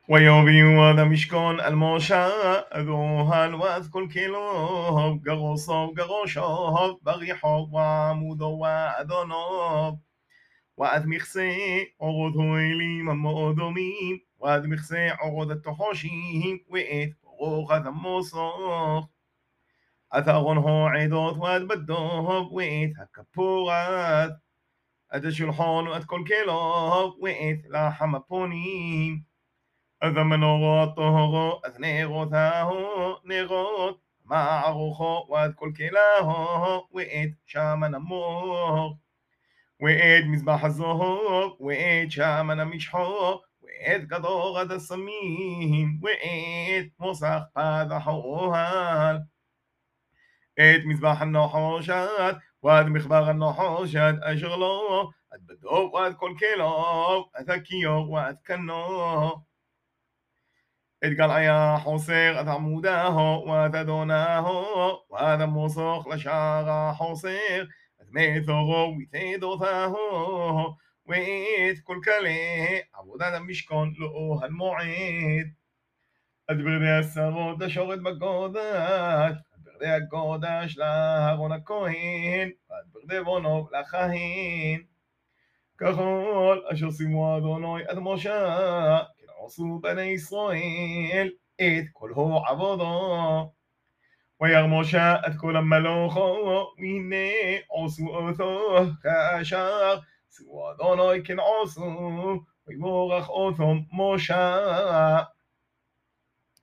ויביאו עד המשכון על משה, אדוהל ואז כל כלו, גרוסו גרושו, בריחו ועמודו ואדונו, ועד מכסה עורות הועלים המאודומים, ועד מכסה עורות התחושים, ואת רוחת המוסוך, עד ארון העדות ועד בדוב, ואת הכפורת, עד השולחון ועד כל כלו, ואת לחם הפונים, עד המנורות טהורות, עד נרותהו נרות, מערוכו ועד כל כלהו, ואת שמן המור, ואת מזבח הזוהר, ואת שמן המשחו, ואת כדור עד הסמים, ואת מוסך פתח האוהל, את מזבח הנחושת, ועד מחבר הנחושת אשר לו, עד בדוב ועד כל כלו, עד הכיור ועד כנו, את גלעיה חוסר עד עמודהו, ועד אדונהו, ועד המוסוך לשער החוסר, עד מתורו ותדותהו, ואת כל כלי עבודת המשכון לאוהל מועד, עד ברדי השרות לשורת בקודש, עד ברדי הקודש לאהרון הכהן, ועד ברדי בונו לכהן, ככל אשר שימו אדוני עד משה, כן עשו בני ישראל את כל הו עבודו. וירא משה את כל המלוכו, והנה עשו אותו כאשר שימו אדוני כן עשו, ויבורך אותו משה.